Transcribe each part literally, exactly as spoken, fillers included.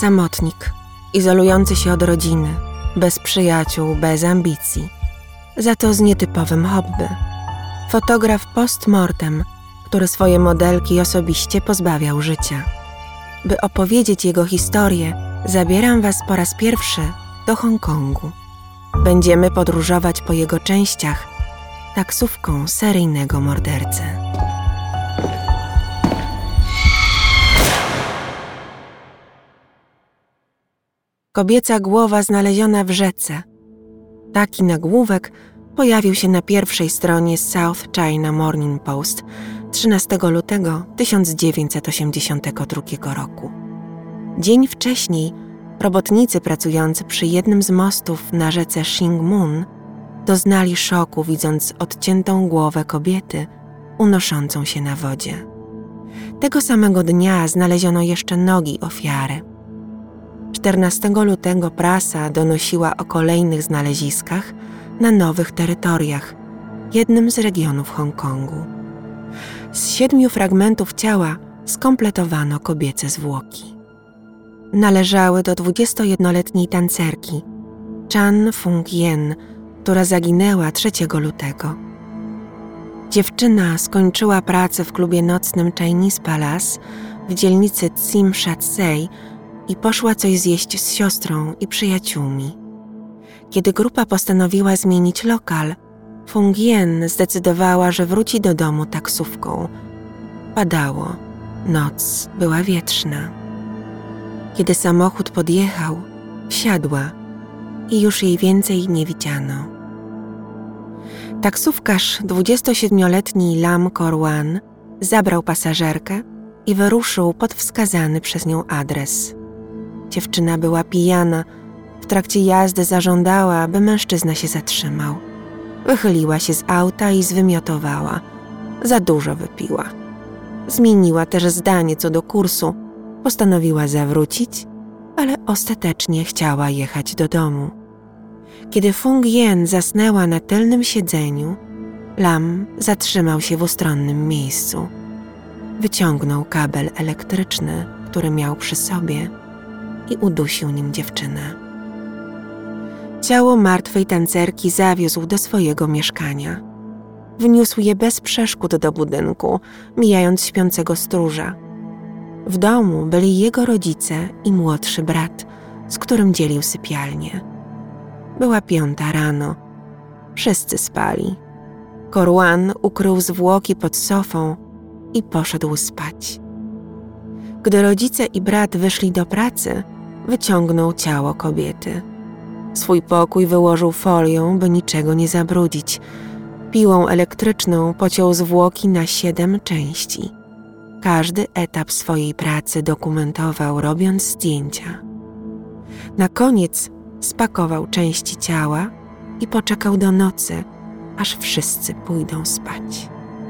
Samotnik, izolujący się od rodziny, bez przyjaciół, bez ambicji, za to z nietypowym hobby. Fotograf post-mortem, który swoje modelki osobiście pozbawiał życia. By opowiedzieć jego historię, zabieram Was po raz pierwszy do Hongkongu. Będziemy podróżować po jego częściach taksówką seryjnego mordercy. Kobieca głowa znaleziona w rzece. Taki nagłówek pojawił się na pierwszej stronie South China Morning Post trzynastego lutego tysiąc dziewięćset osiemdziesiątego drugiego roku. Dzień wcześniej robotnicy pracujący przy jednym z mostów na rzece Shingmun doznali szoku, widząc odciętą głowę kobiety unoszącą się na wodzie. Tego samego dnia znaleziono jeszcze nogi ofiary. czternastego lutego prasa donosiła o kolejnych znaleziskach na nowych terytoriach, jednym z regionów Hongkongu. Z siedmiu fragmentów ciała skompletowano kobiece zwłoki. Należały do dwudziestojednoletniej tancerki Chan Fung-yen, która zaginęła trzeciego lutego. Dziewczyna skończyła pracę w klubie nocnym Chinese Palace w dzielnicy Tsim Sha Tsui i poszła coś zjeść z siostrą i przyjaciółmi. Kiedy grupa postanowiła zmienić lokal, Fung-yen zdecydowała, że wróci do domu taksówką. Padało, noc była wietrzna. Kiedy samochód podjechał, wsiadła i już jej więcej nie widziano. Taksówkarz, dwudziestosiedmioletni Lam Kor-wan, zabrał pasażerkę i wyruszył pod wskazany przez nią adres. Dziewczyna była pijana. W trakcie jazdy zażądała, by mężczyzna się zatrzymał. Wychyliła się z auta i zwymiotowała. Za dużo wypiła. Zmieniła też zdanie co do kursu. Postanowiła zawrócić, ale ostatecznie chciała jechać do domu. Kiedy Fung-yen zasnęła na tylnym siedzeniu, Lam zatrzymał się w ustronnym miejscu. Wyciągnął kabel elektryczny, który miał przy sobie, i udusił nim dziewczynę. Ciało martwej tancerki zawiózł do swojego mieszkania. Wniósł je bez przeszkód do budynku, mijając śpiącego stróża. W domu byli jego rodzice i młodszy brat, z którym dzielił sypialnię. Była piąta rano. Wszyscy spali. Kor-wan ukrył zwłoki pod sofą i poszedł spać. Gdy rodzice i brat wyszli do pracy, wyciągnął ciało kobiety. Swój pokój wyłożył folią, by niczego nie zabrudzić. Piłą elektryczną pociął zwłoki na siedem części. Każdy etap swojej pracy dokumentował, robiąc zdjęcia. Na koniec spakował części ciała i poczekał do nocy, aż wszyscy pójdą spać.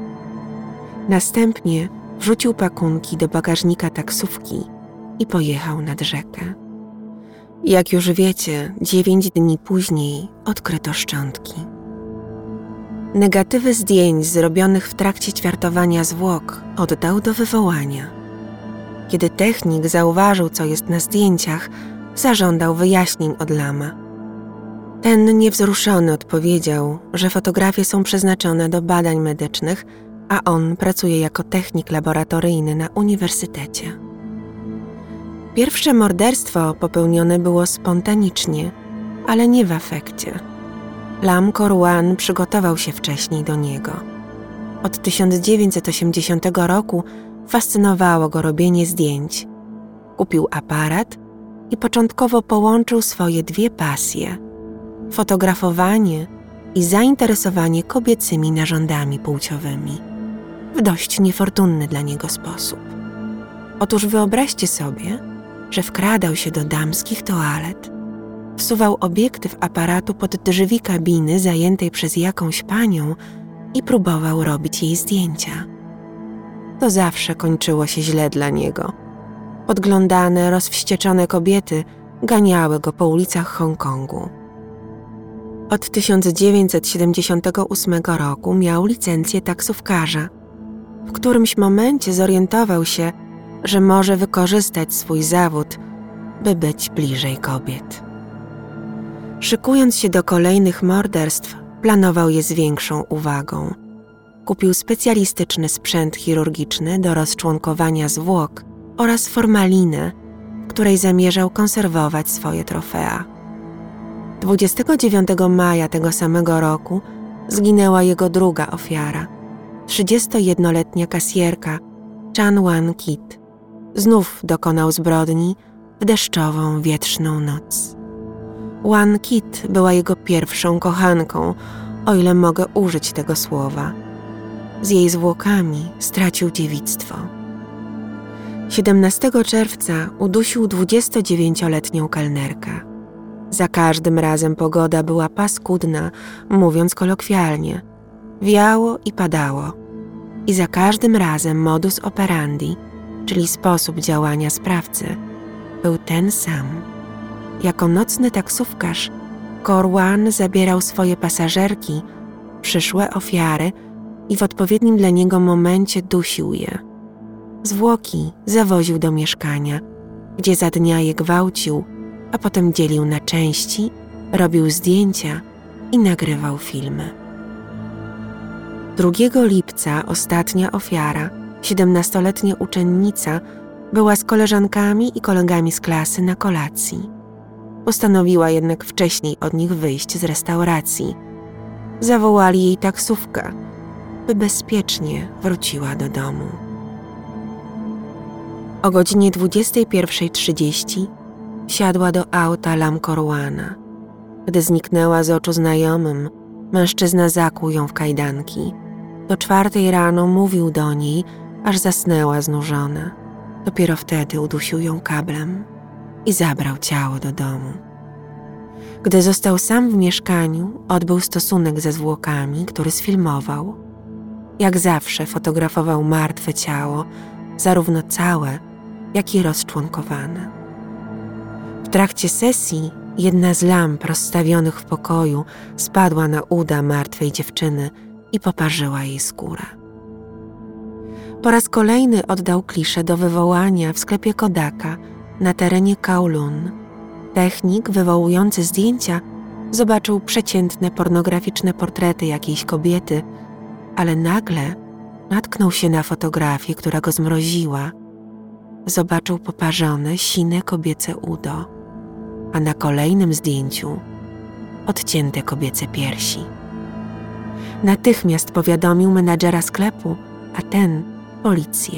Następnie wrzucił pakunki do bagażnika taksówki i pojechał nad rzekę. Jak już wiecie, dziewięć dni później odkryto szczątki. Negatywy zdjęć zrobionych w trakcie ćwiartowania zwłok oddał do wywołania. Kiedy technik zauważył, co jest na zdjęciach, zażądał wyjaśnień od Lama. Ten niewzruszony odpowiedział, że fotografie są przeznaczone do badań medycznych, a on pracuje jako technik laboratoryjny na uniwersytecie. Pierwsze morderstwo popełnione było spontanicznie, ale nie w afekcie. Lam Kor-wan przygotował się wcześniej do niego. Od tysiąc dziewięćset osiemdziesiątego roku fascynowało go robienie zdjęć. Kupił aparat i początkowo połączył swoje dwie pasje – fotografowanie i zainteresowanie kobiecymi narządami płciowymi w dość niefortunny dla niego sposób. Otóż wyobraźcie sobie, że wkradał się do damskich toalet, wsuwał obiektyw aparatu pod drzwi kabiny zajętej przez jakąś panią i próbował robić jej zdjęcia. To zawsze kończyło się źle dla niego. Podglądane, rozwścieczone kobiety ganiały go po ulicach Hongkongu. Od tysiąc dziewięćset siedemdziesiątego ósmego roku miał licencję taksówkarza. W którymś momencie zorientował się, że może wykorzystać swój zawód, by być bliżej kobiet. Szykując się do kolejnych morderstw, planował je z większą uwagą. Kupił specjalistyczny sprzęt chirurgiczny do rozczłonkowania zwłok oraz formalinę, w której zamierzał konserwować swoje trofea. dwudziestego dziewiątego maja tego samego roku zginęła jego druga ofiara, trzydziestojednoletnia kasjerka Chan Wan-kit. Znów dokonał zbrodni w deszczową, wietrzną noc. Wan-kit była jego pierwszą kochanką, o ile mogę użyć tego słowa. Z jej zwłokami stracił dziewictwo. siedemnastego czerwca udusił dwudziestodziewięcioletnią kelnerkę. Za każdym razem pogoda była paskudna, mówiąc kolokwialnie. Wiało i padało. I za każdym razem modus operandi, czyli sposób działania sprawcy, był ten sam. Jako nocny taksówkarz, Corwan zabierał swoje pasażerki, przyszłe ofiary i w odpowiednim dla niego momencie dusił je. Zwłoki zawoził do mieszkania, gdzie za dnia je gwałcił, a potem dzielił na części, robił zdjęcia i nagrywał filmy. drugiego lipca ostatnia ofiara, siedemnastoletnia uczennica, była z koleżankami i kolegami z klasy na kolacji. Postanowiła jednak wcześniej od nich wyjść z restauracji. Zawołali jej taksówkę, by bezpiecznie wróciła do domu. O godzinie dwudziestej pierwszej trzydzieści siadła do auta Lam Corwana. Gdy zniknęła z oczu znajomym, mężczyzna zakuł ją w kajdanki. Do czwartej rano mówił do niej, aż zasnęła znużona. Dopiero wtedy udusił ją kablem i zabrał ciało do domu. Gdy został sam w mieszkaniu, odbył stosunek ze zwłokami, który sfilmował. Jak zawsze fotografował martwe ciało, zarówno całe, jak i rozczłonkowane. W trakcie sesji jedna z lamp rozstawionych w pokoju spadła na uda martwej dziewczyny i poparzyła jej skórę. Po raz kolejny oddał kliszę do wywołania w sklepie Kodaka na terenie Kowloon. Technik wywołujący zdjęcia zobaczył przeciętne pornograficzne portrety jakiejś kobiety, ale nagle natknął się na fotografię, która go zmroziła. Zobaczył poparzone, sine kobiece udo, a na kolejnym zdjęciu odcięte kobiece piersi. Natychmiast powiadomił menadżera sklepu, a ten policję.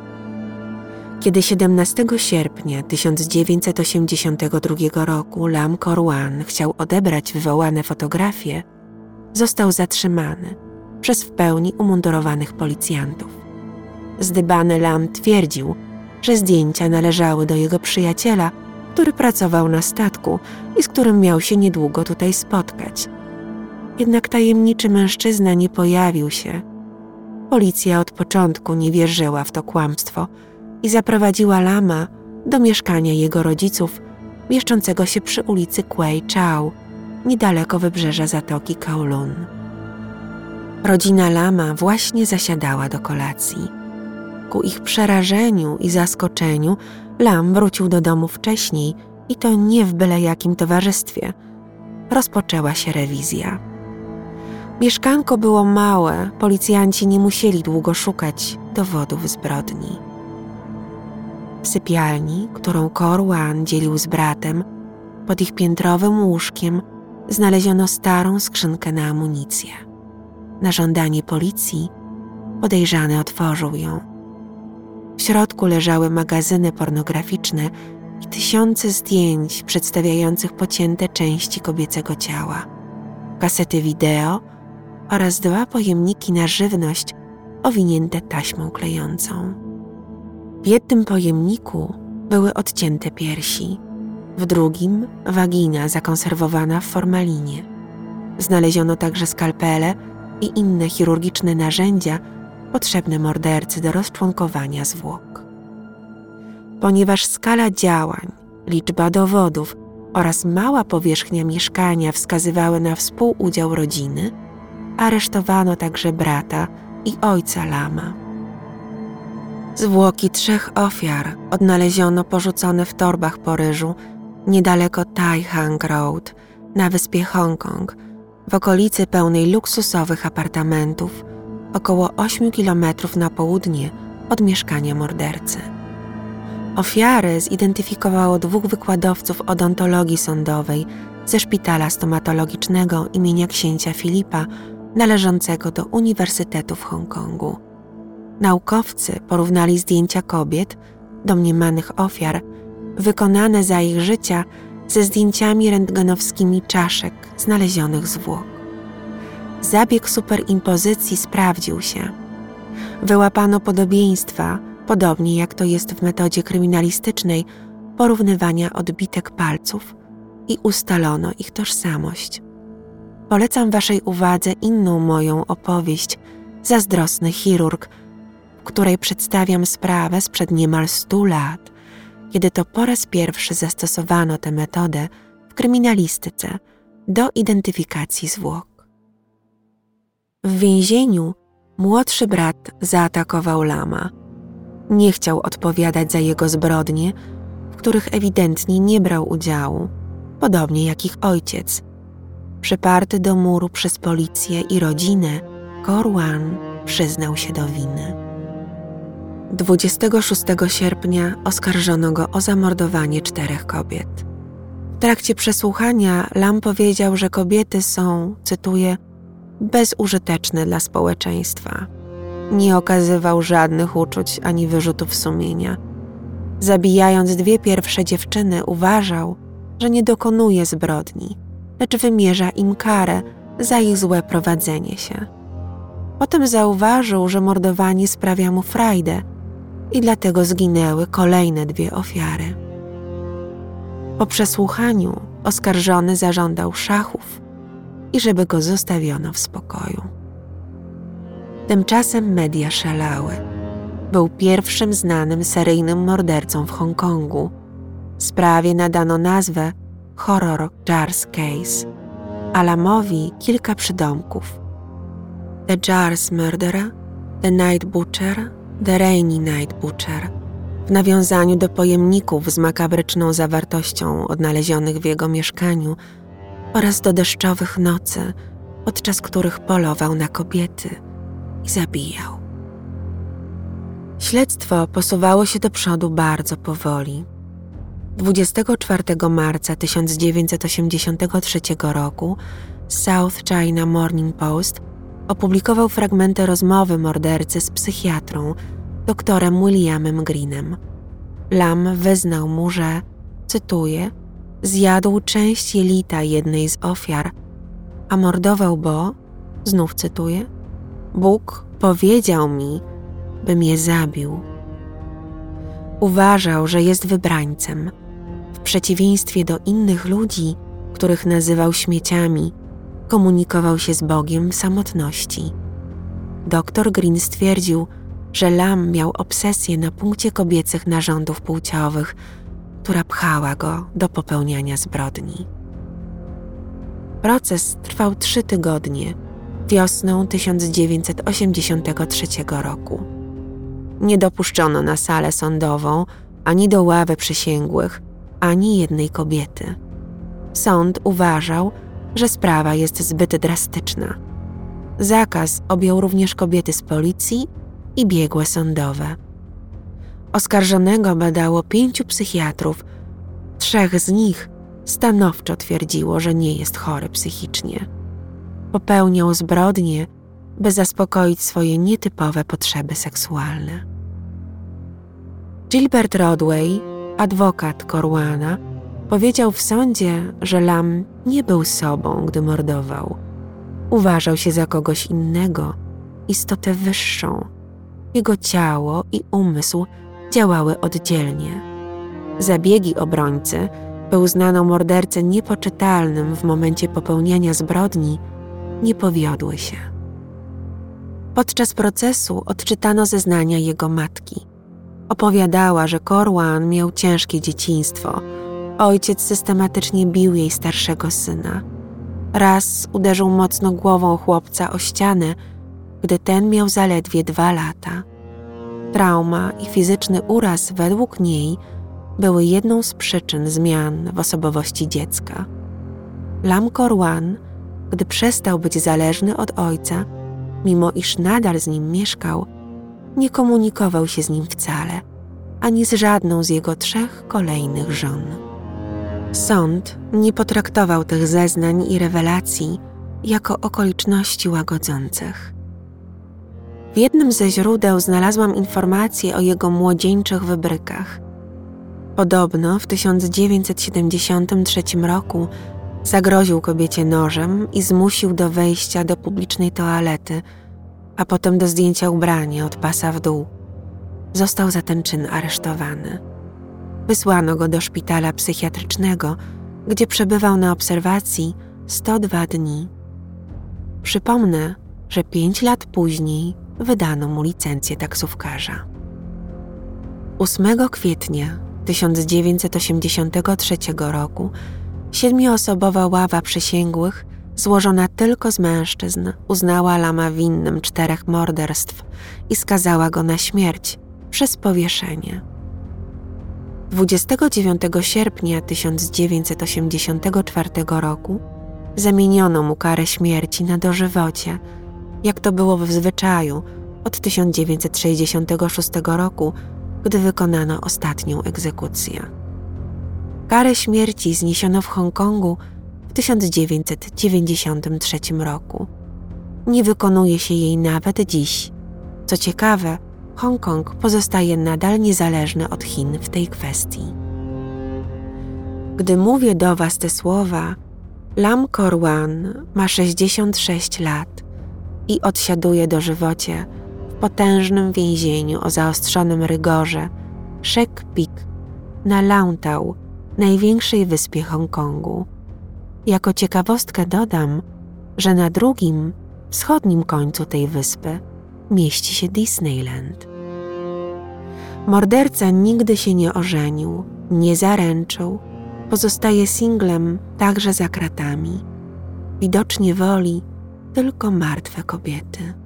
Kiedy siedemnastego sierpnia tysiąc dziewięćset osiemdziesiątego drugiego roku Lam Corwan chciał odebrać wywołane fotografie, został zatrzymany przez w pełni umundurowanych policjantów. Zdybany Lam twierdził, że zdjęcia należały do jego przyjaciela, który pracował na statku i z którym miał się niedługo tutaj spotkać. Jednak tajemniczy mężczyzna nie pojawił się. Policja od początku nie wierzyła w to kłamstwo i zaprowadziła Lama do mieszkania jego rodziców, mieszczącego się przy ulicy Kway Chow, niedaleko wybrzeża Zatoki Kowloon. Rodzina Lama właśnie zasiadała do kolacji. Ku ich przerażeniu i zaskoczeniu Lam wrócił do domu wcześniej i to nie w byle jakim towarzystwie. Rozpoczęła się rewizja. Mieszkanko było małe, policjanci nie musieli długo szukać dowodów zbrodni. W sypialni, którą Corwan dzielił z bratem, pod ich piętrowym łóżkiem znaleziono starą skrzynkę na amunicję. Na żądanie policji podejrzany otworzył ją. W środku leżały magazyny pornograficzne i tysiące zdjęć przedstawiających pocięte części kobiecego ciała, kasety wideo oraz dwa pojemniki na żywność owinięte taśmą klejącą. W jednym pojemniku były odcięte piersi, w drugim wagina zakonserwowana w formalinie. Znaleziono także skalpele i inne chirurgiczne narzędzia potrzebne mordercy do rozczłonkowania zwłok. Ponieważ skala działań, liczba dowodów oraz mała powierzchnia mieszkania wskazywały na współudział rodziny, aresztowano także brata i ojca Lama. Zwłoki trzech ofiar odnaleziono porzucone w torbach po ryżu niedaleko Tai Hang Road na wyspie Hongkong, w okolicy pełnej luksusowych apartamentów, około ośmiu kilometrów na południe od mieszkania mordercy. Ofiary zidentyfikowało dwóch wykładowców odontologii sądowej ze szpitala stomatologicznego imienia księcia Filipa należącego do Uniwersytetu w Hongkongu. Naukowcy porównali zdjęcia kobiet, domniemanych ofiar, wykonane za ich życia ze zdjęciami rentgenowskimi czaszek znalezionych zwłok. Zabieg superimpozycji sprawdził się. Wyłapano podobieństwa, podobnie jak to jest w metodzie kryminalistycznej porównywania odbitek palców, i ustalono ich tożsamość. Polecam waszej uwadze inną moją opowieść Zazdrosny chirurg, w której przedstawiam sprawę sprzed niemal stu lat, kiedy to po raz pierwszy zastosowano tę metodę w kryminalistyce do identyfikacji zwłok. W więzieniu młodszy brat zaatakował Lama. Nie chciał odpowiadać za jego zbrodnie, w których ewidentnie nie brał udziału, podobnie jak ich ojciec. Przyparty do muru przez policję i rodzinę, Kor-wan przyznał się do winy. dwudziestego szóstego sierpnia oskarżono go o zamordowanie czterech kobiet. W trakcie przesłuchania Lam powiedział, że kobiety są, cytuję, bezużyteczne dla społeczeństwa. Nie okazywał żadnych uczuć ani wyrzutów sumienia. Zabijając dwie pierwsze dziewczyny, uważał, że nie dokonuje zbrodni, lecz wymierza im karę za ich złe prowadzenie się. Potem zauważył, że mordowanie sprawia mu frajdę i dlatego zginęły kolejne dwie ofiary. Po przesłuchaniu oskarżony zażądał szachów i żeby go zostawiono w spokoju. Tymczasem media szalały. Był pierwszym znanym seryjnym mordercą w Hongkongu. Sprawie nadano nazwę Horror Jars Case, a Lamowi kilka przydomków: The Jars Murderer, The Night Butcher, The Rainy Night Butcher, w nawiązaniu do pojemników z makabryczną zawartością odnalezionych w jego mieszkaniu oraz do deszczowych nocy, podczas których polował na kobiety i zabijał. Śledztwo posuwało się do przodu bardzo powoli. dwudziestego czwartego marca tysiąc dziewięćset osiemdziesiątego trzeciego roku South China Morning Post opublikował fragmenty rozmowy mordercy z psychiatrą, doktorem Williamem Greenem. Lam wyznał mu, że, cytuję, zjadł część jelita jednej z ofiar, a mordował, bo, znów cytuję, Bóg powiedział mi, bym je zabił. Uważał, że jest wybrańcem. W przeciwieństwie do innych ludzi, których nazywał śmieciami, komunikował się z Bogiem w samotności. Doktor Green stwierdził, że Lam miał obsesję na punkcie kobiecych narządów płciowych, która pchała go do popełniania zbrodni. Proces trwał trzy tygodnie, wiosną tysiąc dziewięćset osiemdziesiątego trzeciego roku. Nie dopuszczono na salę sądową ani do ławy przysięgłych, ani jednej kobiety. Sąd uważał, że sprawa jest zbyt drastyczna. Zakaz objął również kobiety z policji i biegłe sądowe. Oskarżonego badało pięciu psychiatrów. Trzech z nich stanowczo twierdziło, że nie jest chory psychicznie. Popełniał zbrodnie, by zaspokoić swoje nietypowe potrzeby seksualne. Gilbert Rodway, adwokat Kor-wana, powiedział w sądzie, że Lam nie był sobą, gdy mordował. Uważał się za kogoś innego, istotę wyższą. Jego ciało i umysł działały oddzielnie. Zabiegi obrońcy, by uznano mordercę niepoczytalnym w momencie popełniania zbrodni, nie powiodły się. Podczas procesu odczytano zeznania jego matki. Opowiadała, że Kor-wan miał ciężkie dzieciństwo. Ojciec systematycznie bił jej starszego syna. Raz uderzył mocno głową chłopca o ścianę, gdy ten miał zaledwie dwa lata. Trauma i fizyczny uraz według niej były jedną z przyczyn zmian w osobowości dziecka. Lam Korwan, gdy przestał być zależny od ojca, mimo iż nadal z nim mieszkał, nie komunikował się z nim wcale, ani z żadną z jego trzech kolejnych żon. Sąd nie potraktował tych zeznań i rewelacji jako okoliczności łagodzących. W jednym ze źródeł znalazłam informacje o jego młodzieńczych wybrykach. Podobno w tysiąc dziewięćset siedemdziesiątym trzecim roku zagroził kobiecie nożem i zmusił do wejścia do publicznej toalety, a potem do zdjęcia ubrania od pasa w dół. Został za ten czyn aresztowany. Wysłano go do szpitala psychiatrycznego, gdzie przebywał na obserwacji sto dwa dni. Przypomnę, że pięć lat później wydano mu licencję taksówkarza. ósmego kwietnia tysiąc dziewięćset osiemdziesiątego trzeciego roku siedmioosobowa ława przysięgłych, złożona tylko z mężczyzn, uznała Lama winnym czterech morderstw i skazała go na śmierć przez powieszenie. dwudziestego dziewiątego sierpnia tysiąc dziewięćset osiemdziesiątego czwartego roku zamieniono mu karę śmierci na dożywocie, jak to było w zwyczaju od tysiąc dziewięćset sześćdziesiątego szóstego roku, gdy wykonano ostatnią egzekucję. Karę śmierci zniesiono w Hongkongu w tysiąc dziewięćset dziewięćdziesiątym trzecim roku. Nie wykonuje się jej nawet dziś. Co ciekawe, Hongkong pozostaje nadal niezależny od Chin w tej kwestii. Gdy mówię do Was te słowa, Lam Korwan ma sześćdziesiąt sześć lat i odsiaduje dożywocie w potężnym więzieniu o zaostrzonym rygorze Shek Peak na Lantau, największej wyspie Hongkongu. Jako ciekawostkę dodam, że na drugim, wschodnim końcu tej wyspy mieści się Disneyland. Morderca nigdy się nie ożenił, nie zaręczył, pozostaje singlem także za kratami. Widocznie woli tylko martwe kobiety.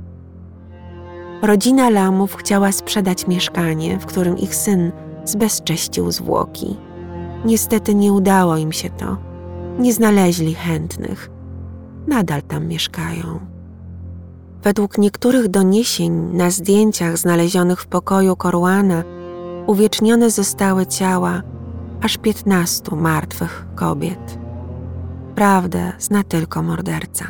Rodzina Lamów chciała sprzedać mieszkanie, w którym ich syn zbezcześcił zwłoki. Niestety nie udało im się to. Nie znaleźli chętnych. Nadal tam mieszkają. Według niektórych doniesień na zdjęciach znalezionych w pokoju Korwana uwiecznione zostały ciała aż piętnastu martwych kobiet. Prawdę zna tylko morderca.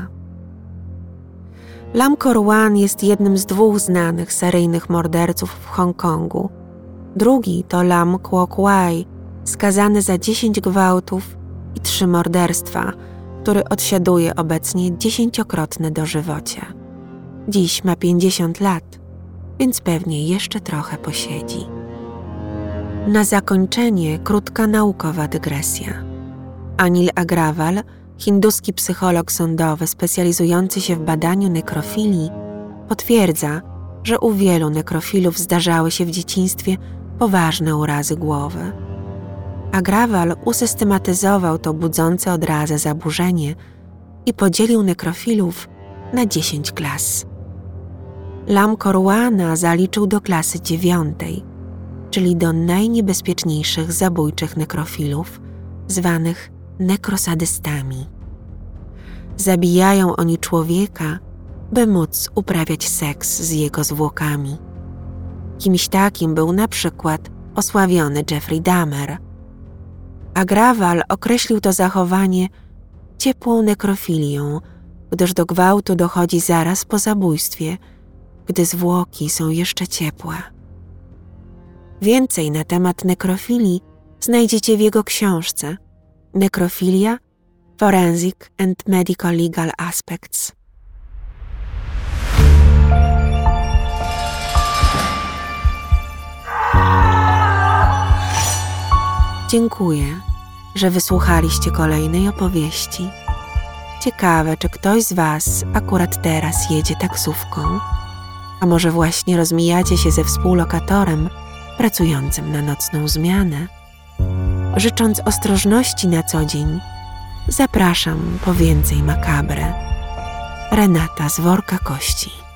Lam Korwan jest jednym z dwóch znanych seryjnych morderców w Hongkongu. Drugi to Lam Kwok Wai, skazany za dziesięć gwałtów i trzy morderstwa, który odsiaduje obecnie dziesięciokrotne dożywocie. Dziś ma pięćdziesiąt lat, więc pewnie jeszcze trochę posiedzi. Na zakończenie krótka naukowa dygresja. Anil Agrawal, hinduski psycholog sądowy specjalizujący się w badaniu nekrofilii, potwierdza, że u wielu nekrofilów zdarzały się w dzieciństwie poważne urazy głowy. Agrawal usystematyzował to budzące odrazę zaburzenie i podzielił nekrofilów na dziesięć klas. Lam Korwana zaliczył do klasy dziewiątej, czyli do najniebezpieczniejszych zabójczych nekrofilów, zwanych nekrosadystami. Zabijają oni człowieka, by móc uprawiać seks z jego zwłokami. Kimś takim był na przykład osławiony Jeffrey Dahmer. Agrawal określił to zachowanie ciepłą nekrofilią, gdyż do gwałtu dochodzi zaraz po zabójstwie, gdy zwłoki są jeszcze ciepłe. Więcej na temat nekrofilii znajdziecie w jego książce Necrophilia – Forensic and Medical Legal Aspects. Dziękuję, że wysłuchaliście kolejnej opowieści. Ciekawe, czy ktoś z Was akurat teraz jedzie taksówką, a może właśnie rozmijacie się ze współlokatorem pracującym na nocną zmianę. Życząc ostrożności na co dzień, zapraszam po więcej makabry. Renata z Worka Kości.